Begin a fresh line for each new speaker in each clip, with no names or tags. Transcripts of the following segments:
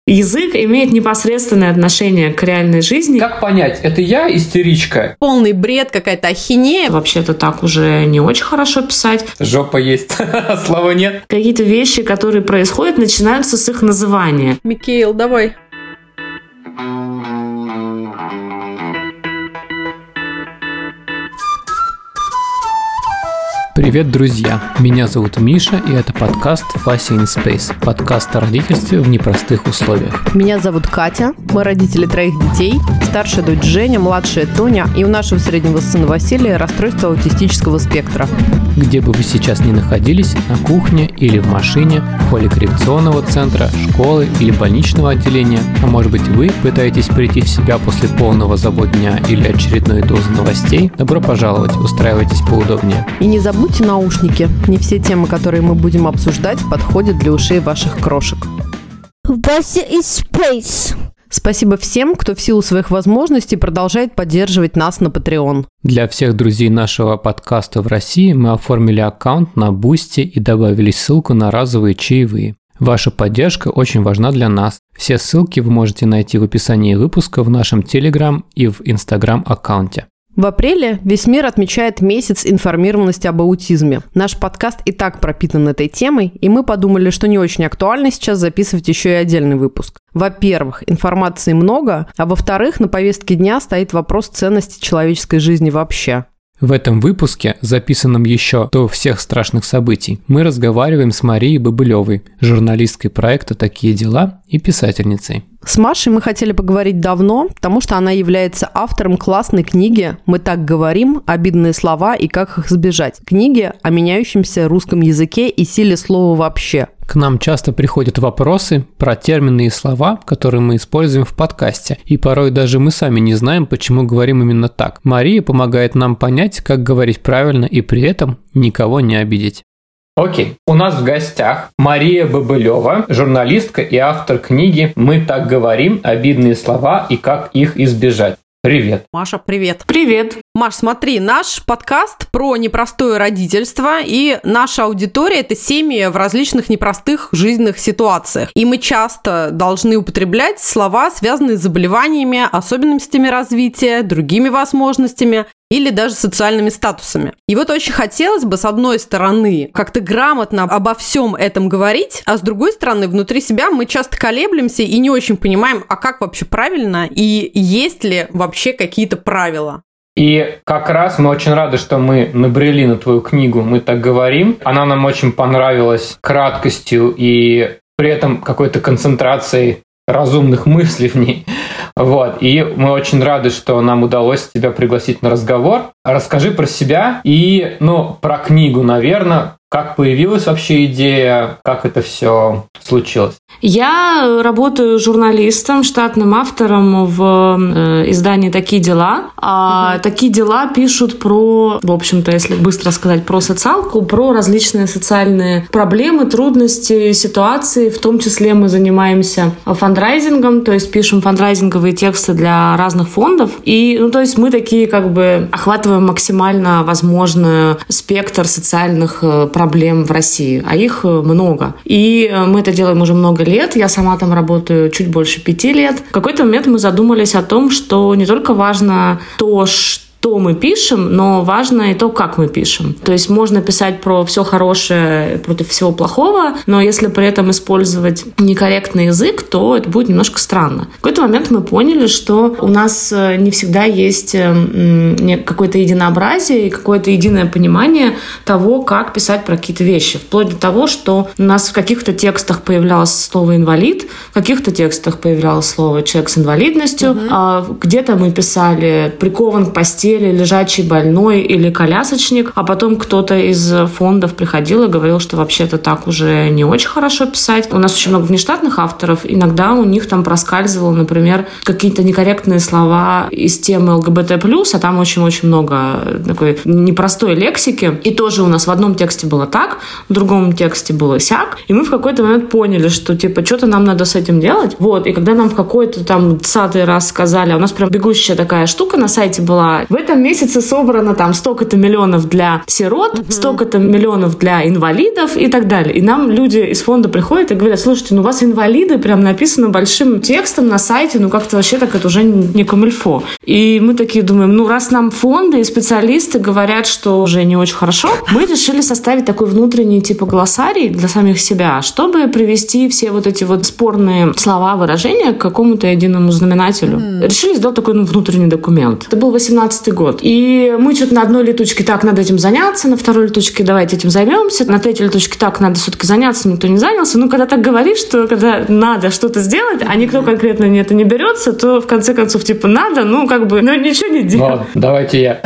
Язык имеет непосредственное отношение к реальной жизни.
Как понять, это я истеричка?
Полный бред, какая-то ахинея.
Вообще-то так уже не очень хорошо писать.
Жопа есть, слова нет.
Какие-то вещи, которые происходят, начинаются с их называния.
Микаэл, давай.
Привет, друзья! Меня зовут Миша, и это подкаст «Вася in Space», подкаст о родительстве в непростых условиях.
Меня зовут Катя, мы родители 3 детей, старшая дочь Женя, младшая Тоня, и у нашего среднего сына Василия расстройство аутистического спектра.
Где бы вы сейчас ни находились, на кухне или в машине, в холле коррекционного центра, школы или больничного отделения, а может быть вы пытаетесь прийти в себя после полного забот дня или очередной дозы новостей, добро пожаловать, устраивайтесь поудобнее.
И не забудьте наушники, не все темы, которые мы будем обсуждать, подходят для ушей ваших крошек.
Вася in Space.
Спасибо всем, кто в силу своих возможностей продолжает поддерживать нас на Patreon.
Для всех друзей нашего подкаста в России мы оформили аккаунт на Boosty и добавили ссылку на разовые чаевые. Ваша поддержка очень важна для нас. Все ссылки вы можете найти в описании выпуска в нашем Telegram и в Instagram аккаунте.
В апреле весь мир отмечает месяц информированности об аутизме. Наш подкаст и так пропитан этой темой, и мы подумали, что не очень актуально сейчас записывать еще и отдельный выпуск. Во-первых, информации много, а во-вторых, на повестке дня стоит вопрос ценности человеческой жизни вообще.
В этом выпуске, записанном еще до всех страшных событий, мы разговариваем с Марией Бобылевой, журналисткой проекта «Такие дела» и писательницей.
С Машей мы хотели поговорить давно, потому что она является автором классной книги «Мы так говорим. Обидные слова и как их избежать». Книги о меняющемся русском языке и силе слова вообще.
К нам часто приходят вопросы про термины и слова, которые мы используем в подкасте, и порой даже мы сами не знаем, почему говорим именно так. Мария помогает нам понять, как говорить правильно и при этом никого не обидеть.
Окей, у нас в гостях Мария Бобылева, журналистка и автор книги «Мы так говорим. Обидные слова и как их избежать». Привет.
Маша, привет.
Привет.
Маш, смотри, наш подкаст про непростое родительство, и наша аудитория – это семьи в различных непростых жизненных ситуациях. И мы часто должны употреблять слова, связанные с заболеваниями, особенностями развития, другими возможностями или даже социальными статусами. И вот очень хотелось бы, с одной стороны, как-то грамотно обо всем этом говорить, а с другой стороны, внутри себя мы часто колеблемся и не очень понимаем, а как вообще правильно, и есть ли вообще какие-то правила.
И как раз мы очень рады, что мы набрели на твою книгу «Мы так говорим». Она нам очень понравилась краткостью и при этом какой-то концентрацией разумных мыслей в ней. Вот. И мы очень рады, что нам удалось тебя пригласить на разговор. Расскажи про себя и, про книгу, наверное. Как появилась вообще идея, как это все случилось?
Я работаю журналистом, штатным автором в издании «Такие дела». «Такие дела» пишут про, в общем-то, если быстро сказать, про социалку, про различные социальные проблемы, трудности, ситуации. В том числе мы занимаемся фандрайзингом, то есть пишем фандрайзинговые тексты для разных фондов. И, то есть мы такие охватываем максимально возможный спектр социальных проблем в России, а их много. И мы это делаем уже много лет. Я сама там работаю чуть больше 5 лет. В какой-то момент мы задумались о том, что не только важно то, что мы пишем, но важно и то, как мы пишем. То есть можно писать про все хорошее против всего плохого, но если при этом использовать некорректный язык, то это будет немножко странно. В какой-то момент мы поняли, что у нас не всегда есть какое-то единообразие и какое-то единое понимание того, как писать про какие-то вещи. Вплоть до того, что у нас в каких-то текстах появлялось слово «инвалид», в каких-то текстах появлялось слово «человек с инвалидностью», где-то мы писали «прикован к постели», лежачий больной или колясочник, а потом кто-то из фондов приходил и говорил, что вообще-то так уже не очень хорошо писать. У нас очень много внештатных авторов, иногда у них там проскальзывало, например, какие-то некорректные слова из темы ЛГБТ+, а там очень-очень много такой непростой лексики. И тоже у нас в одном тексте было так, в другом тексте было сяк, и мы в какой-то момент поняли, что что-то нам надо с этим делать. Вот, и когда нам в какой-то там 20-й раз сказали, у нас прям бегущая такая штука на сайте была, в этом месяце собрано там столько-то миллионов для сирот, столько-то миллионов для инвалидов и так далее. И нам люди из фонда приходят и говорят: слушайте, ну у вас инвалиды прям написано большим текстом на сайте, ну как-то вообще так это уже не камильфо. И мы такие думаем, ну раз нам фонды и специалисты говорят, что уже не очень хорошо, мы решили составить такой внутренний типа глоссарий для самих себя, чтобы привести все вот эти вот спорные слова, выражения к какому-то единому знаменателю. Решили сделать такой внутренний документ. Это был 18-й год. И мы что-то на одной летучке: так, надо этим заняться, на второй летучке: давайте этим займемся, на третьей летучке: так, надо все-таки заняться, никто не занялся. Ну, когда так говоришь, что когда надо что-то сделать, а никто конкретно это не берется, то в конце концов типа надо, ну как бы, ну ничего не делать.
Ладно, давайте я.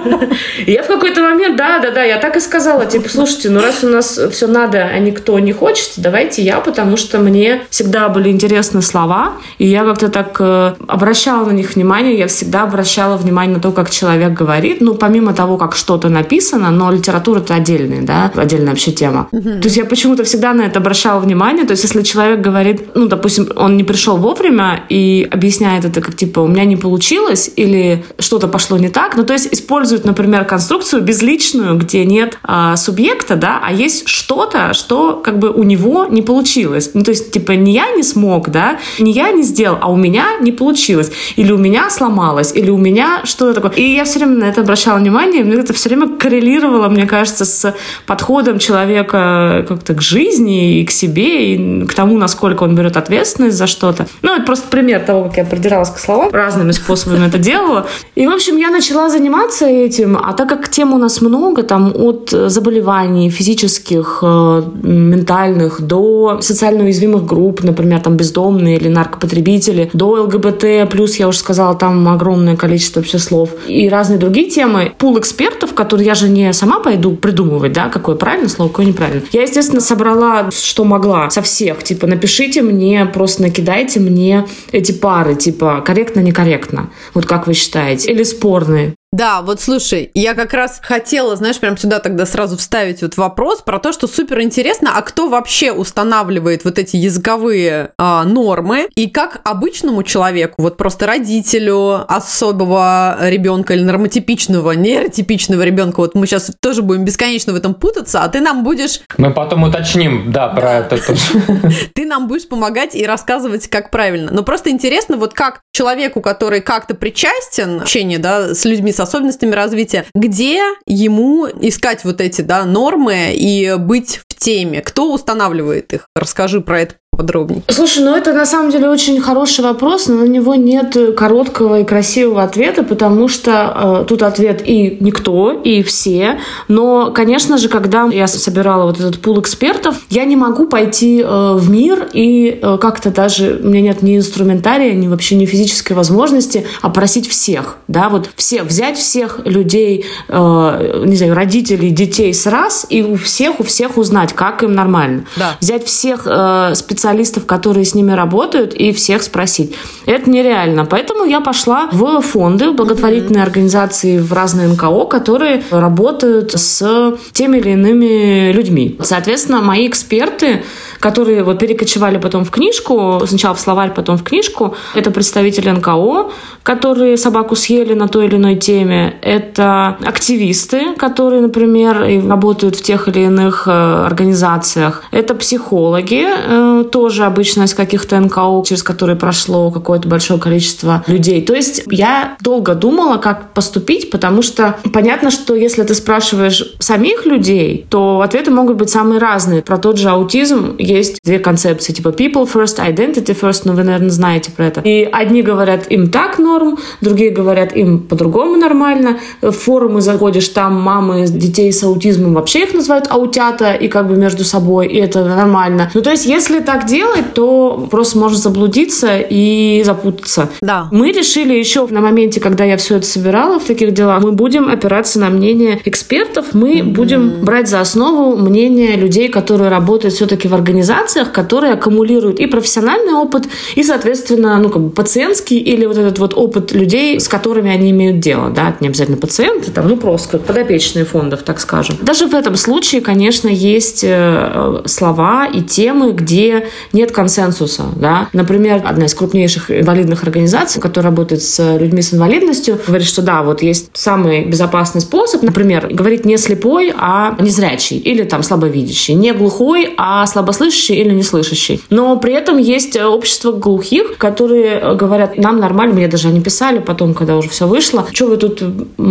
Я в какой-то момент, да, я так и сказала, типа, слушайте, ну раз у нас все надо, а никто не хочет, давайте я, потому что мне всегда были интересны слова, и я как-то так обращала на них внимание, я всегда обращала внимание на то, как человек говорит, ну, помимо того, как что-то написано, но литература-то отдельная, да, отдельная вообще тема. То есть я почему-то всегда на это обращала внимание, то есть если человек говорит, ну, допустим, он не пришел вовремя и объясняет это как, типа, у меня не получилось, или что-то пошло не так, ну, то есть использует, например, конструкцию безличную, где нет субъекта, да, а есть что-то, что как бы у него не получилось. Ну, то есть, типа, не я не смог, да, не я не сделал, а у меня не получилось. Или у меня сломалось, или у меня что-то такое. И я все время на это обращала внимание, и мне это все время коррелировало, мне кажется, с подходом человека как-то к жизни и к себе, и к тому, насколько он берет ответственность за что-то. Ну, это просто пример того, как я придиралась к словам, разными способами это делала. И, в общем, я начала заниматься этим, а так как тем у нас много, там от заболеваний физических, ментальных, до социально уязвимых групп, например, там бездомные или наркопотребители, до ЛГБТ, плюс, я уже сказала, там огромное количество вообще слов, и разные другие темы. Пул экспертов, которые я же не сама пойду придумывать, да, какое правильное слово, какое неправильное. Я, естественно, собрала, что могла, со всех, типа, напишите мне, просто накидайте мне эти пары, типа, корректно-некорректно, вот как вы считаете, или спорные.
Да, вот слушай, я как раз хотела, знаешь, прям сюда тогда сразу вставить вот вопрос про то, что супер интересно, а кто вообще устанавливает вот эти языковые нормы, и как обычному человеку, вот просто родителю особого ребенка или нормотипичного, нейротипичного ребенка, вот мы сейчас тоже будем бесконечно в этом путаться, а ты нам будешь...
Мы потом уточним, да, про это тоже.
Ты нам будешь помогать и рассказывать, как правильно. Но просто интересно, вот как человеку, который как-то причастен к общению, да, с людьми с особенностями развития, где ему искать вот эти, да, нормы и быть в теме? Кто устанавливает их? Расскажи про это подробнее.
Слушай, ну это на самом деле очень хороший вопрос, но на него нет короткого и красивого ответа, потому что тут ответ и никто, и все. Но, конечно же, когда я собирала вот этот пул экспертов, я не могу пойти в мир и как-то даже, у меня нет ни инструментария, ни вообще ни физической возможности опросить всех, да, вот все, взять всех людей, не знаю, родителей, детей сразу и у всех узнать, как им нормально. Да. Взять всех специалистов, которые с ними работают, и всех спросить. Это нереально. Поэтому я пошла в фонды, в благотворительные организации, в разные НКО, которые работают с теми или иными людьми. Соответственно, мои эксперты, которые вот перекочевали потом в книжку, сначала в словарь, потом в книжку, это представители НКО, которые собаку съели на той или иной теме, это активисты, которые, например, работают в тех или иных организациях, это психологи, тоже обычно из каких-то НКО, через которые прошло какое-то большое количество людей. То есть я долго думала, как поступить, потому что понятно, что если ты спрашиваешь самих людей, то ответы могут быть самые разные. Про тот же аутизм есть две концепции, типа people first, identity first, ну вы, наверное, знаете про это. И одни говорят, им так норм, другие говорят, им по-другому нормально. В форумы заходишь, там мамы детей с аутизмом вообще их называют аутята, и как бы между собой, и это нормально. Ну то есть если так делать, то просто можно заблудиться и запутаться.
Да.
Мы решили еще на моменте, когда я все это собирала в таких делах, мы будем опираться на мнение экспертов, мы будем брать за основу мнение людей, которые работают все-таки в организации организациях, которые аккумулируют и профессиональный опыт, и, соответственно, пациентский или вот этот вот опыт людей, с которыми они имеют дело, да, это не обязательно пациенты, просто подопечные фондов, так скажем. Даже в этом случае, конечно, есть слова и темы, где нет консенсуса, да. Например, одна из крупнейших инвалидных организаций, которая работает с людьми с инвалидностью, говорит, что да, вот есть самый безопасный способ, например, говорить не слепой, а незрячий или слабовидящий, не глухой, а слабослышащий или неслышащий. Но при этом есть общество глухих, которые говорят, нам нормально, мне даже они писали потом, когда уже все вышло, что вы тут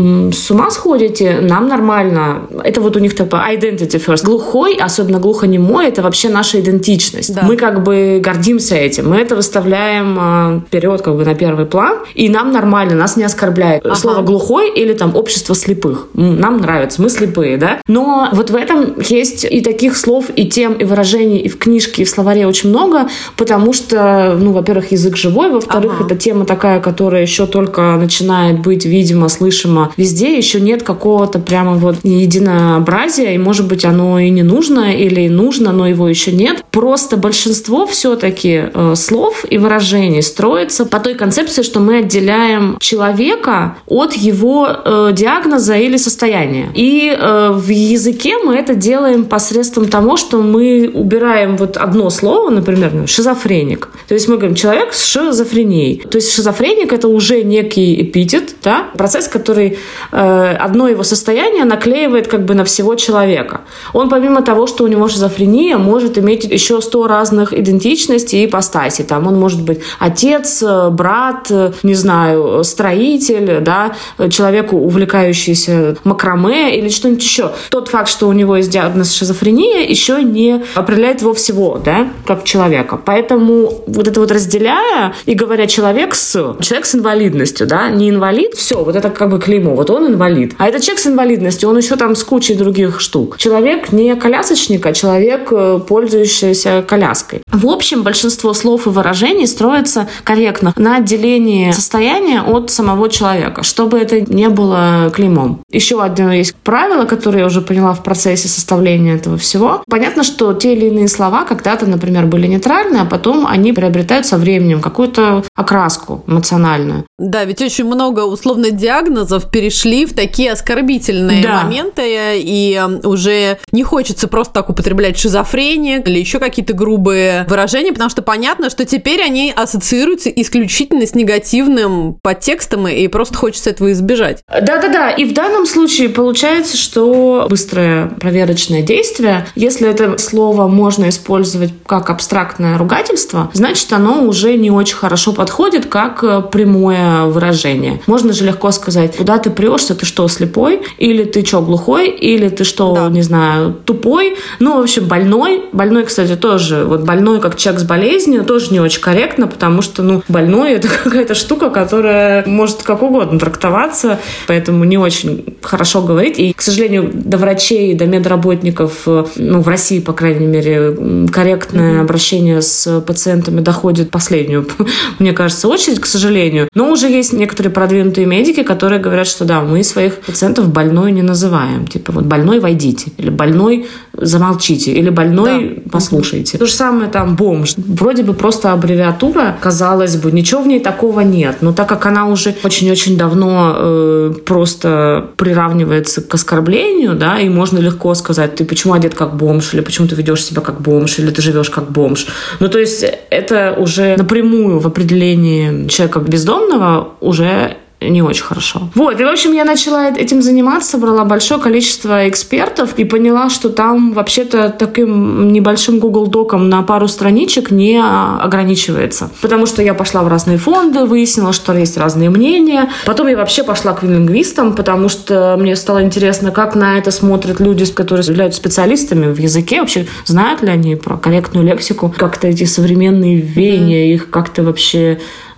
с ума сходите, нам нормально. Это вот у них identity first. Глухой, особенно глухонемой, это вообще наша идентичность. Да. Мы гордимся этим, мы это выставляем вперед на первый план, и нам нормально, нас не оскорбляет слово глухой или общество слепых. Нам нравится, мы слепые, да? Но вот в этом есть и таких слов, и тем, и выражений, и в книжке, и в словаре очень много, потому что, во-первых, язык живой, во-вторых, это тема такая, которая еще только начинает быть видимо, слышимо везде, еще нет какого-то прямо единообразия, и, может быть, оно и не нужно, или нужно, но его еще нет. Просто большинство все-таки слов и выражений строится по той концепции, что мы отделяем человека от его диагноза или состояния. И в языке мы это делаем посредством того, что мы убираем одно слово, например, шизофреник. То есть мы говорим человек с шизофренией. То есть шизофреник — это уже некий эпитет, да? Процесс, который одно его состояние наклеивает на всего человека. Он помимо того, что у него шизофрения, может иметь еще 100 разных идентичностей и ипостасей. Он может быть отец, брат, не знаю, строитель, да, человек, увлекающийся макраме или что-нибудь еще. Тот факт, что у него есть диагноз шизофрения, еще не определяет его всего, да, как человека. Поэтому это разделяя и говоря человек с инвалидностью, да, не инвалид, все, это клеймо, он инвалид. А это человек с инвалидностью, он еще с кучей других штук. Человек не колясочник, а человек, пользующийся коляской. В общем, большинство слов и выражений строится корректно на отделении состояния от самого человека, чтобы это не было клеймом. Еще одно есть правило, которое я уже поняла в процессе составления этого всего. Понятно, что те или иные слова когда-то, например, были нейтральны, а потом они приобретают со временем какую-то окраску эмоциональную.
Да, ведь очень много условно диагнозов перешли в такие оскорбительные моменты, и уже не хочется просто так употреблять шизофрения или еще какие-то грубые выражения, потому что понятно, что теперь они ассоциируются исключительно с негативным подтекстом, и просто хочется этого избежать.
Да. И в данном случае получается, что быстрое проверочное действие, если это слово можно использовать как абстрактное ругательство, значит, оно уже не очень хорошо подходит как прямое выражение. Можно же легко сказать, куда ты прешься, ты что, слепой? Или ты что, глухой? Или ты что, не знаю, тупой? В общем, больной. Больной, кстати, тоже, больной как человек с болезнью, тоже не очень корректно, потому что, больной — это какая-то штука, которая может как угодно трактоваться, поэтому не очень хорошо говорить. И, к сожалению, до врачей, до медработников, в России, по крайней мере, корректное обращение с пациентами доходит последнюю, мне кажется, очередь, к сожалению. Но уже есть некоторые продвинутые медики, которые говорят, что да, мы своих пациентов больной не называем. Больной войдите, или больной замолчите, или больной послушайте. То же самое бомж. Вроде бы просто аббревиатура, казалось бы, ничего в ней такого нет. Но так как она уже очень-очень давно просто приравнивается к оскорблению, да, и можно легко сказать, ты почему одет как бомж, или почему ты ведешь себя как бомж, или ты живешь как бомж. То есть это уже напрямую в определении человека бездомного уже не очень хорошо. И, в общем, я начала этим заниматься, собрала большое количество экспертов и поняла, что там вообще-то таким небольшим Google Доком на пару страничек не ограничивается. Потому что я пошла в разные фонды, выяснила, что есть разные мнения. Потом я вообще пошла к лингвистам, потому что мне стало интересно, как на это смотрят люди, которые являются специалистами в языке. Вообще, знают ли они про корректную лексику? Как-то эти современные веяния их как-то вообще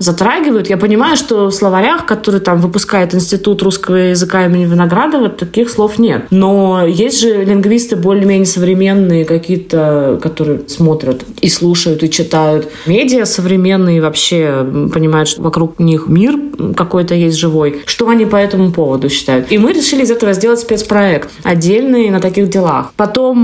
затрагивают. Я понимаю, что в словарях, которые там выпускает Институт русского языка имени Виноградова, таких слов нет. Но есть же лингвисты более-менее современные какие-то, которые смотрят и слушают, и читают. Медиа современные вообще понимают, что вокруг них мир какой-то есть живой. Что они по этому поводу считают? И мы решили из этого сделать спецпроект отдельный на таких делах. Потом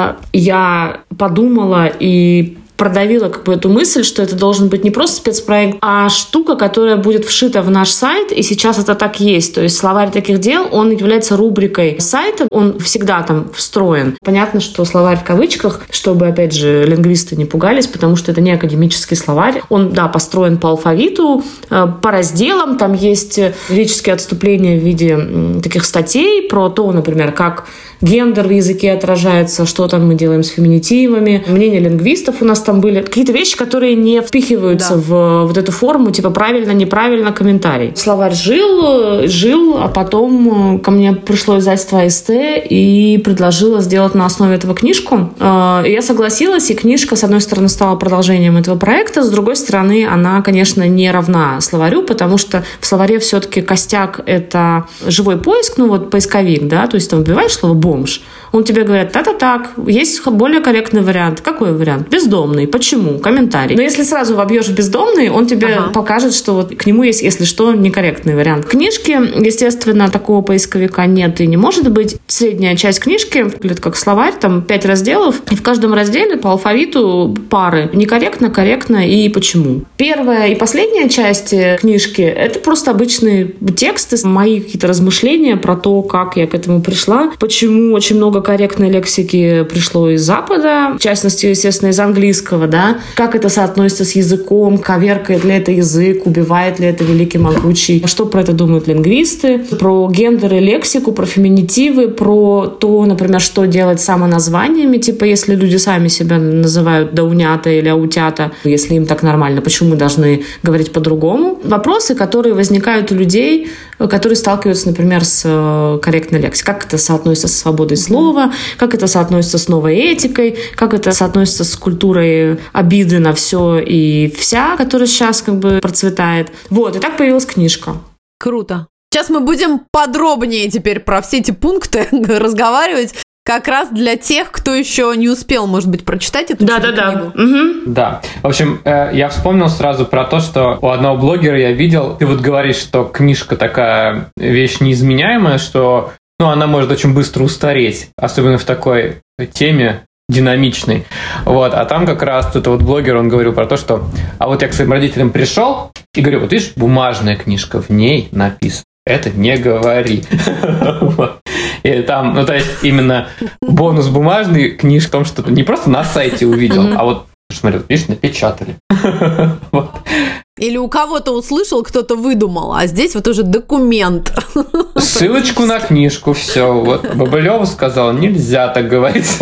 я подумала и продавила эту мысль, что это должен быть не просто спецпроект, а штука, которая будет вшита в наш сайт, и сейчас это так есть. То есть словарь таких дел, он является рубрикой сайта, он всегда там встроен. Понятно, что словарь в кавычках, чтобы, опять же, лингвисты не пугались, потому что это не академический словарь. Он, да, построен по алфавиту, по разделам, там есть лирические отступления в виде таких статей про то, например, как гендер в языке отражается, что там мы делаем с феминитивами. Мнения лингвистов у нас там были. Какие-то вещи, которые не впихиваются в вот эту форму, типа правильно, неправильно, комментарий. Словарь жил, а потом ко мне пришло издательство АСТ и предложило сделать на основе этого книжку. И я согласилась, и книжка, с одной стороны, стала продолжением этого проекта, с другой стороны, она, конечно, не равна словарю, потому что в словаре все-таки костяк — это живой поиск, поисковик, да, то есть там вбиваешь слово «бомж», он тебе говорит: так, есть более корректный вариант. Какой вариант? Бездомный. Почему? Комментарий. Но если сразу вобьешь бездомный, он тебе покажет, что вот к нему есть, если что, некорректный вариант. В книжке, естественно, такого поисковика нет и не может быть. Средняя часть книжки выглядит как словарь, там 5 разделов, и в каждом разделе по алфавиту пары: некорректно, корректно и почему. Первая и последняя часть книжки — это просто обычные тексты, мои какие-то размышления про то, как я к этому пришла, почему очень много корректной лексики пришло из Запада, в частности, естественно, из английского, да, как это соотносится с языком, коверкает ли это язык, убивает ли это великий могучий, что про это думают лингвисты, про гендер и лексику, про феминитивы, про то, например, что делать с самоназваниями, типа, если люди сами себя называют даунята или аутята, если им так нормально, почему мы должны говорить по-другому? Вопросы, которые возникают у людей, которые сталкиваются, например, с корректной лексикой. Как это соотносится со свободой слова, как это соотносится с новой этикой, как это соотносится с культурой обиды на все и вся, которая сейчас процветает. Вот, и так появилась книжка.
Круто. Сейчас мы будем подробнее теперь про все эти пункты разговаривать, как раз для тех, кто еще не успел, может быть, прочитать эту книгу.
Угу.
Да. В общем, я вспомнил сразу про то, что у одного блогера я видел, ты вот говоришь, что книжка такая вещь неизменяемая, что она может очень быстро устареть, особенно в такой теме динамичной. Вот. А там как раз этот вот блогер, он говорил про то, что а вот я к своим родителям пришел и говорю: вот видишь, бумажная книжка, в ней написано: это не говори. И там, то есть именно бонус бумажной книжки в том, что ты не просто на сайте увидел, а вот, смотри, видишь, напечатали.
Или у кого-то услышал, кто-то выдумал, а здесь вот уже документ.
Ссылочку на книжку, все. Вот Бабылёва сказала: нельзя так говорить.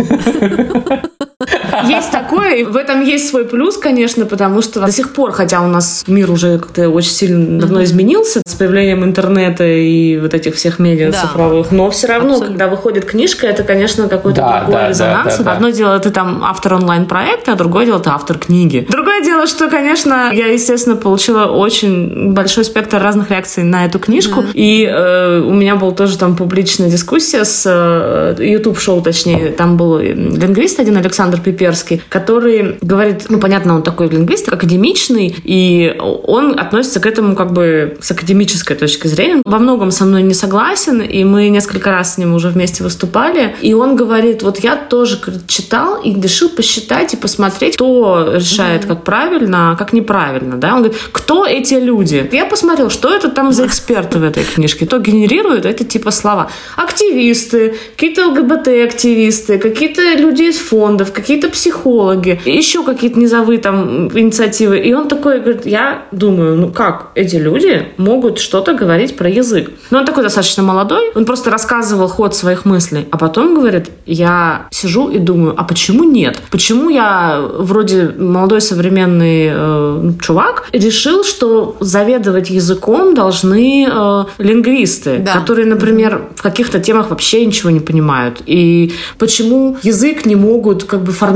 Есть такое, и в этом есть свой плюс, конечно, потому что до сих пор, хотя у нас мир уже как-то очень сильно давно изменился с появлением интернета и вот этих всех медиа цифровых, но все равно, когда выходит книжка, это, конечно, какой-то другой резонанс. Одно дело, ты там автор онлайн-проекта, а другое дело, ты автор книги. Другое дело, что, конечно, я, естественно, получила очень большой спектр разных реакций на эту книжку, и у меня была тоже там публичная дискуссия с YouTube-шоу, точнее, там был лингвист один, Александр Пиперский, который говорит, понятно, он такой лингвист, академичный, и он относится к этому с академической точки зрения. Во многом со мной не согласен, и мы несколько раз с ним уже вместе выступали, и он говорит: вот я тоже читал и решил посчитать и посмотреть, кто решает, как правильно, а как неправильно, да? Он говорит: кто эти люди? Я посмотрел, что это там за эксперты в этой книжке, кто генерирует эти типа слова. Активисты, какие-то ЛГБТ-активисты, какие-то люди из фондов, какие-то психологи, еще какие-то низовые там инициативы. И он такой говорит: я думаю, как эти люди могут что-то говорить про язык? Но он такой достаточно молодой, он просто рассказывал ход своих мыслей, а потом говорит: я сижу и думаю, а почему нет? Почему я вроде молодой современный чувак решил, что заведовать языком должны лингвисты, которые, например, в каких-то темах вообще ничего не понимают? И почему язык не могут формировать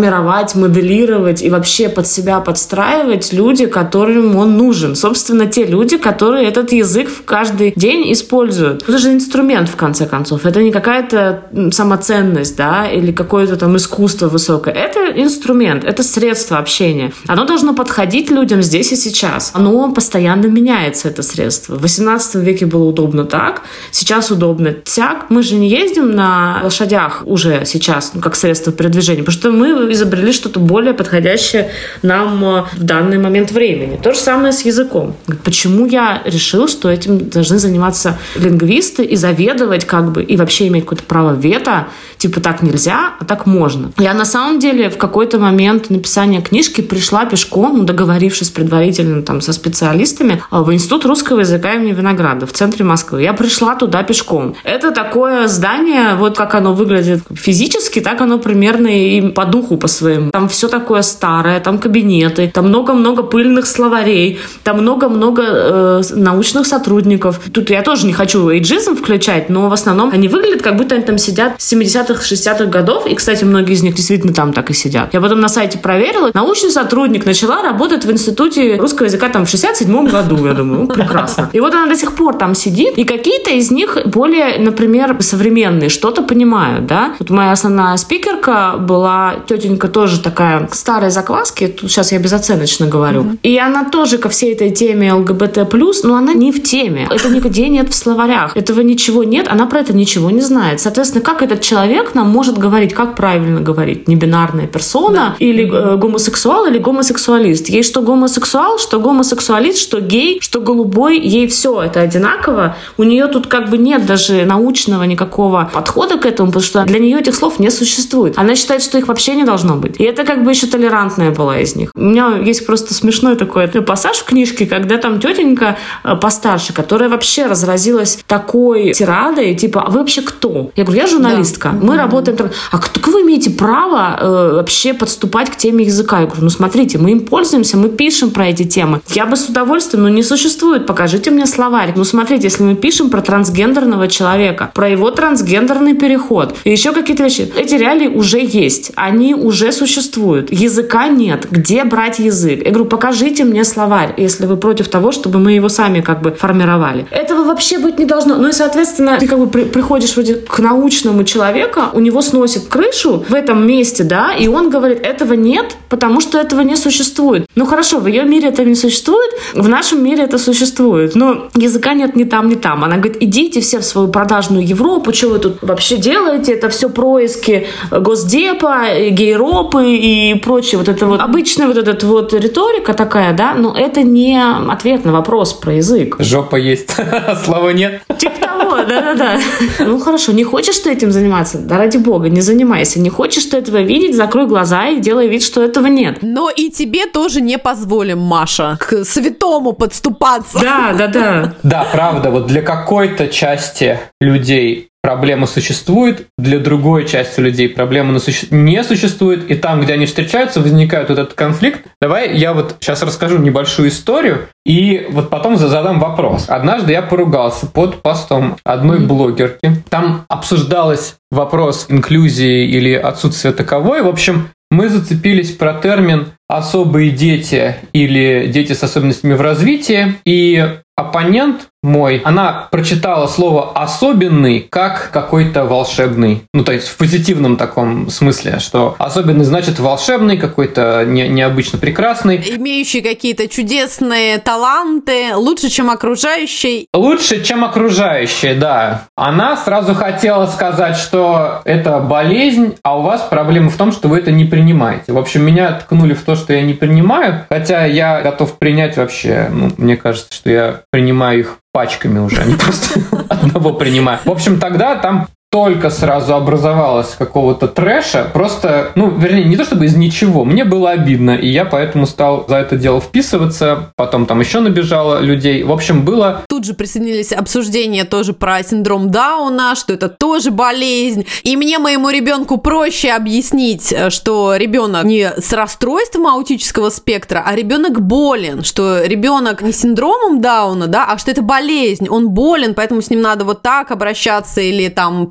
формировать, моделировать и вообще под себя подстраивать люди, которым он нужен. Собственно, те люди, которые этот язык в каждый день используют. Это же инструмент, в конце концов. Это не какая-то самоценность, да, или какое-то там искусство высокое. Это инструмент, это средство общения. Оно должно подходить людям здесь и сейчас. Оно постоянно меняется, это средство. В 18 веке было удобно так, сейчас удобно сяк. Мы же не ездим на лошадях уже сейчас, как средство передвижения, потому что мы изобрели что-то более подходящее нам в данный момент времени. То же самое с языком. Почему я решил, что этим должны заниматься лингвисты и заведовать как бы, и вообще иметь какое-то право вето, типа так нельзя, а так можно. Я на самом деле в какой-то момент написания книжки пришла пешком, договорившись предварительно там со специалистами, в Институт русского языка имени Виноградова в центре Москвы. Я пришла туда пешком. Это такое здание, вот как оно выглядит физически, так оно примерно и по духу по своему. Там все такое старое, там кабинеты, там много-много пыльных словарей, там много-много научных сотрудников. Тут я тоже не хочу эйджизм включать, но в основном они выглядят, как будто они там сидят с 70-х, 60-х годов, и, кстати, многие из них действительно там так и сидят. Я потом на сайте проверила, научный сотрудник начала работать в Институте русского языка там в 67-м году, я думаю, прпрекрасно. И вот она до сих пор там сидит, и какие-то из них более, например, современные, что-то понимают, да. Вот моя основная спикерка была тетенька тоже такая старой закваски, тут сейчас я безоценочно говорю, и она тоже ко всей этой теме ЛГБТ+, но она не в теме. Это нигде нет в словарях. Этого ничего нет, она про это ничего не знает. Соответственно, как этот человек нам может говорить, как правильно говорить? Небинарная персона или гомосексуал, или гомосексуалист? Ей что гомосексуал, что гомосексуалист, что гей, что голубой, ей все это одинаково. У нее тут как бы нет даже научного никакого подхода к этому, потому что для нее этих слов не существует. Она считает, что их вообще не должно быть. И это как бы еще толерантная была из них. У меня есть просто смешной такой пассаж в книжке, когда там тетенька постарше, которая вообще разразилась такой тирадой, типа, а вы вообще кто? Я говорю, я журналистка. Да. Мы работаем там. А как вы имеете право вообще подступать к теме языка? Я говорю, ну смотрите, мы им пользуемся, мы пишем про эти темы. Я бы с удовольствием, но не существует. Покажите мне словарь. Ну смотрите, если мы пишем про трансгендерного человека, про его трансгендерный переход, и еще какие-то вещи, эти реалии уже есть. Они уже существуют. Языка нет. Где брать язык? Я говорю, покажите мне словарь, если вы против того, чтобы мы его сами как бы формировали. Этого вообще быть не должно. Ну и, соответственно, ты как бы приходишь вроде к научному человеку, у него сносит крышу в этом месте, да, и он говорит, этого нет, потому что этого не существует. Ну хорошо, в ее мире это не существует, в нашем мире это существует. Но языка нет ни там, ни там. Она говорит, идите все в свою продажную Европу, что вы тут вообще делаете? Это все происки Госдепа, гейропы и прочее. Вот это вот обычная вот эта вот риторика такая, да, но это не ответ на вопрос про язык.
Жопа есть, слова нет.
Типа того, да-да-да. Ну хорошо, не хочешь ты этим заниматься? Да ради бога, не занимайся. Не хочешь ты этого видеть, закрой глаза и делай вид, что этого нет.
Но и тебе тоже не позволим, Маша, к святому подступаться.
Да.
Да, правда, вот для какой-то части людей проблема существует, для другой части людей проблема не существует, и там, где они встречаются, возникает вот этот конфликт. Давай я вот сейчас расскажу небольшую историю, и вот потом задам вопрос. Однажды я поругался под постом одной блогерки. Там обсуждалось вопрос инклюзии или отсутствия таковой. В общем, мы зацепились про термин «особые дети» или «дети с особенностями в развитии», и оппонент мой, она прочитала слово «особенный» как какой-то волшебный. Ну, то есть в позитивном таком смысле, что особенный значит волшебный, какой-то необычно прекрасный.
Имеющий какие-то чудесные таланты, лучше, чем окружающий.
Лучше, чем окружающие, да. Она сразу хотела сказать, что это болезнь, а у вас проблема в том, что вы это не принимаете. В общем, меня ткнули в то, что я не принимаю, хотя я готов принять вообще, мне кажется, что я принимаю их пачками уже, а не просто одного принимаю. В общем, тогда там только сразу образовалось какого-то трэша, просто, вернее, не то чтобы из ничего, мне было обидно, и я поэтому стал за это дело вписываться, потом там еще набежало людей, в общем, было...
Тут же присоединились обсуждения тоже про синдром Дауна, что это тоже болезнь, и мне, моему ребенку, проще объяснить, что ребенок не с расстройством аутического спектра, а ребенок болен, что ребенок не синдромом Дауна, да, а что это болезнь, он болен, поэтому с ним надо вот так обращаться или там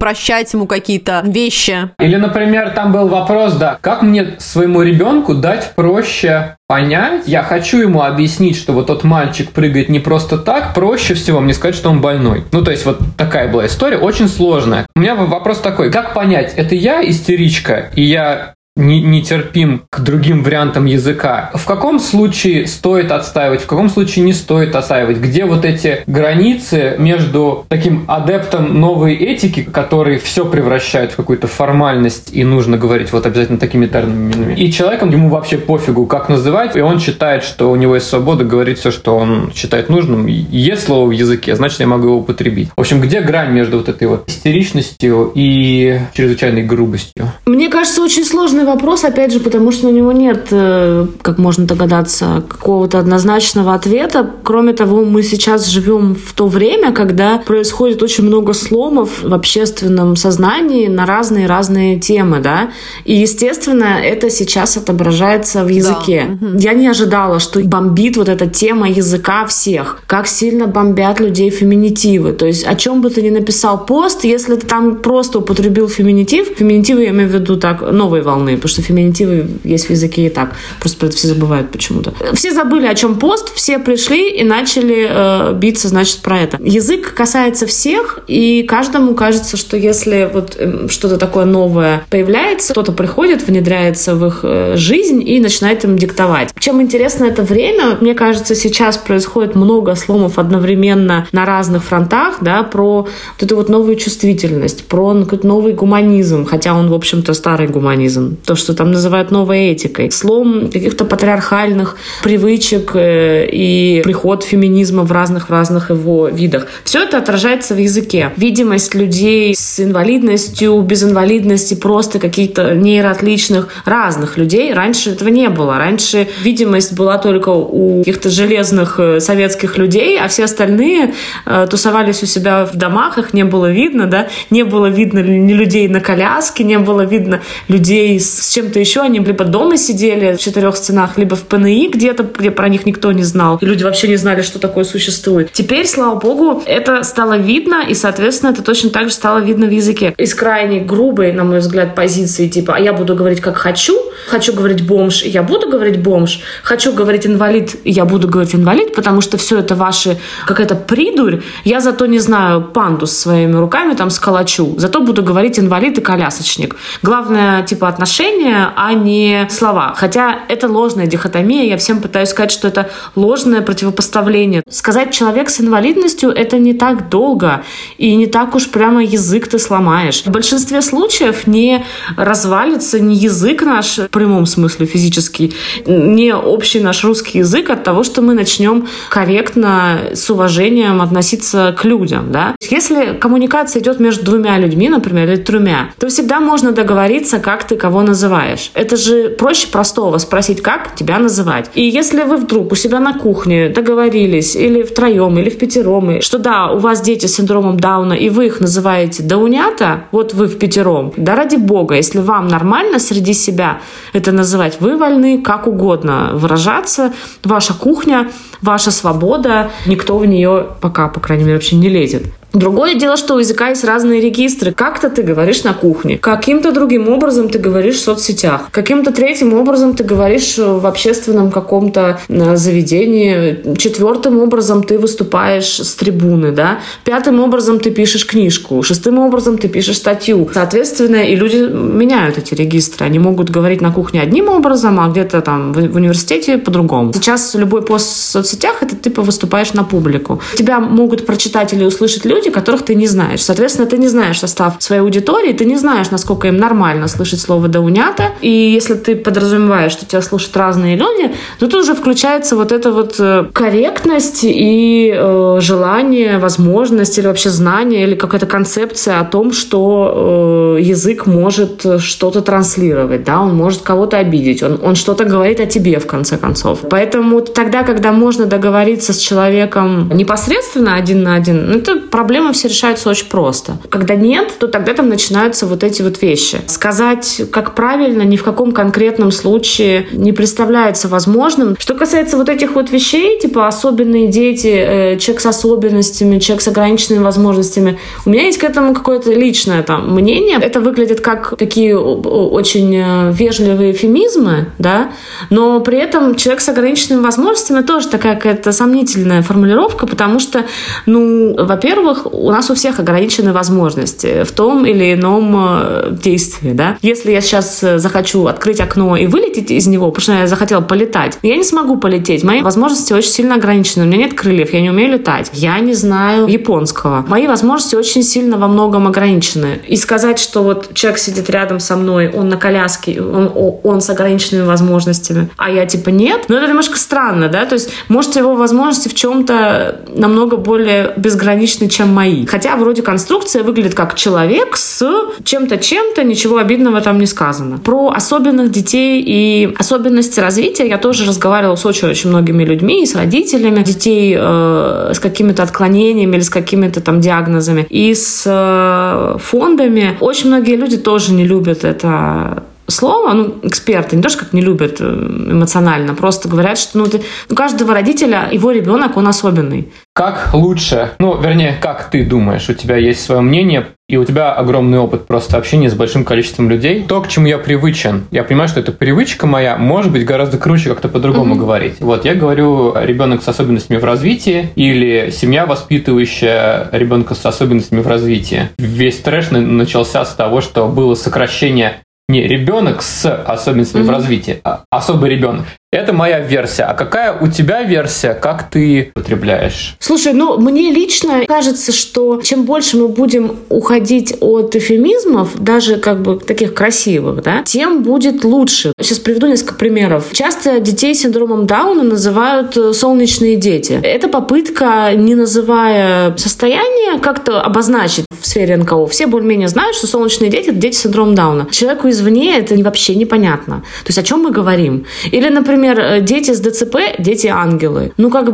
упрощать ему какие-то вещи.
Или, например, там был вопрос, да, как мне своему ребенку дать проще понять, я хочу ему объяснить, что вот тот мальчик прыгает не просто так, проще всего мне сказать, что он больной. Ну, то есть, вот такая была история, очень сложная. У меня вопрос такой, как понять, это я истеричка, и я нетерпим к другим вариантам языка. В каком случае стоит отстаивать, в каком случае не стоит отстаивать? Где вот эти границы между таким адептом новой этики, который все превращает в какую-то формальность и нужно говорить вот обязательно такими терминами, и человеком, ему вообще пофигу, как называть, и он считает, что у него есть свобода говорить все, что он считает нужным. Есть слово в языке, значит, я могу его употребить. В общем, где грань между вот этой вот истеричностью и чрезвычайной грубостью?
Мне кажется, очень сложный вопрос, опять же, потому что на него нет, как можно догадаться, какого-то однозначного ответа. Кроме того, мы сейчас живем в то время, когда происходит очень много сломов в общественном сознании на разные темы, да, и, естественно, это сейчас отображается в языке. Да. Я не ожидала, что бомбит вот эта тема языка всех, как сильно бомбят людей феминитивы. То есть, о чем бы ты ни написал пост, если ты там просто употребил феминитивы, я имею в виду так, новой волны, потому что феминитивы есть в языке и так. Просто про это все забывают почему-то. Все забыли, о чем пост, все пришли и начали биться, значит, про это. Язык касается всех, и каждому кажется, что если вот что-то такое новое появляется, кто-то приходит, внедряется в их жизнь и начинает им диктовать. Чем интересно это время, мне кажется, сейчас происходит много сломов одновременно на разных фронтах, да, про вот эту вот новую чувствительность, про какой-то новый гуманизм, хотя он, в общем-то, старый гуманизм. То, что там называют новой этикой. Слом каких-то патриархальных привычек и приход феминизма в разных его видах. Все это отражается в языке. Видимость людей с инвалидностью, без инвалидности, просто каких-то нейроотличных разных людей. Раньше этого не было. Раньше видимость была только у каких-то железных советских людей, а все остальные тусовались у себя в домах, их не было видно, да? Не было видно ни людей на коляске, не было видно людей с чем-то еще. Они либо дома сидели в 4 стенах, либо в ПНИ где-то, где про них никто не знал. И люди вообще не знали, что такое существует. Теперь, слава богу, это стало видно, и, соответственно, это точно так же стало видно в языке. Из крайне грубой, на мой взгляд, позиции, типа, а я буду говорить как хочу говорить бомж, я буду говорить бомж, хочу говорить инвалид, я буду говорить инвалид, потому что все это ваши какая-то придурь, я зато, не знаю, пандус своими руками там сколочу, зато буду говорить инвалид и колясочник. Главное, типа, отношения, а не слова. Хотя это ложная дихотомия, я всем пытаюсь сказать, что это ложное противопоставление. Сказать человек с инвалидностью — это не так долго, и не так уж прямо язык ты сломаешь. В большинстве случаев не развалится ни язык наш в прямом смысле физический, не общий наш русский язык от того, что мы начнем корректно, с уважением относиться к людям. Да? Если коммуникация идет между 2 людьми, например, или 3, то всегда можно договориться, как ты кого называешь. Это же проще простого спросить, как тебя называть. И если вы вдруг у себя на кухне договорились, или втроем, или впятером, что да, у вас дети с синдромом Дауна, и вы их называете даунята, вот вы впятером, да ради бога, если вам нормально среди себя это называть, вы вольны как угодно выражаться, ваша кухня, ваша свобода, никто в нее пока, по крайней мере, вообще не лезет. Другое дело, что у языка есть разные регистры. Как-то ты говоришь на кухне, каким-то другим образом ты говоришь в соцсетях, каким-то третьим образом ты говоришь в общественном каком-то заведении, 4-м образом ты выступаешь с трибуны, да? 5-м образом ты пишешь книжку, 6-м образом ты пишешь статью. Соответственно, и люди меняют эти регистры. Они могут говорить на кухне одним образом, а где-то там в университете по-другому. Сейчас любой пост в соцсетях — это ты выступаешь на публику. Тебя могут прочитать или услышать люди, которых ты не знаешь. Соответственно, ты не знаешь состав своей аудитории, ты не знаешь, насколько им нормально слышать слово «даунята». И если ты подразумеваешь, что тебя слушают разные люди, то тут уже включается вот эта вот корректность и желание, возможность или вообще знание, или какая-то концепция о том, что язык может что-то транслировать, да, он может кого-то обидеть, он что-то говорит о тебе, в конце концов. Поэтому тогда, когда можно договориться с человеком непосредственно 1 на 1, это проблема проблемы все решаются очень просто. Когда нет, то тогда там начинаются вот эти вот вещи. Сказать, как правильно, ни в каком конкретном случае не представляется возможным. Что касается вот этих вот вещей, типа особенные дети, человек с особенностями, человек с ограниченными возможностями, у меня есть к этому какое-то личное там мнение. Это выглядит как такие очень вежливые эвфемизмы, да, но при этом человек с ограниченными возможностями тоже такая какая-то сомнительная формулировка, потому что, во-первых, у нас у всех ограничены возможности в том или ином действии, да. Если я сейчас захочу открыть окно и вылететь из него, потому что я захотела полетать, я не смогу полететь. Мои возможности очень сильно ограничены. У меня нет крыльев, я не умею летать. Я не знаю японского. Мои возможности очень сильно во многом ограничены. И сказать, что вот человек сидит рядом со мной, он на коляске, он с ограниченными возможностями, а я типа нет, это немножко странно, да, то есть, может, его возможности в чем-то намного более безграничны, чем мои. Хотя вроде конструкция выглядит как человек с чем-то, ничего обидного там не сказано. Про особенных детей и особенности развития я тоже разговаривала с очень многими людьми, и с родителями детей с какими-то отклонениями или с какими-то там диагнозами, и с фондами. Очень многие люди тоже не любят это слово, эксперты не то, что как не любят эмоционально, просто говорят, что у каждого родителя его ребенок, он особенный.
Как лучше, как ты думаешь, у тебя есть свое мнение, и у тебя огромный опыт просто общения с большим количеством людей. То, к чему я привычен, я понимаю, что это привычка моя, может быть гораздо круче как-то по-другому говорить. Вот, я говорю ребенок с особенностями в развитии или семья, воспитывающая ребенка с особенностями в развитии. Весь трэш начался с того, что было сокращение не ребенок с особенностями в развитии, а особый ребенок. Это моя версия. А какая у тебя версия? Как ты потребляешь?
Слушай, мне лично кажется, что чем больше мы будем уходить от эвфемизмов, даже таких красивых, да, тем будет лучше. Сейчас приведу несколько примеров. Часто детей с синдромом Дауна называют солнечные дети. Это попытка, не называя состояние, как-то обозначить в сфере НКО. Все более-менее знают, что солнечные дети – это дети с синдромом Дауна. Человеку извне это вообще непонятно. То есть о чем мы говорим? Или, например, дети с ДЦП – дети-ангелы.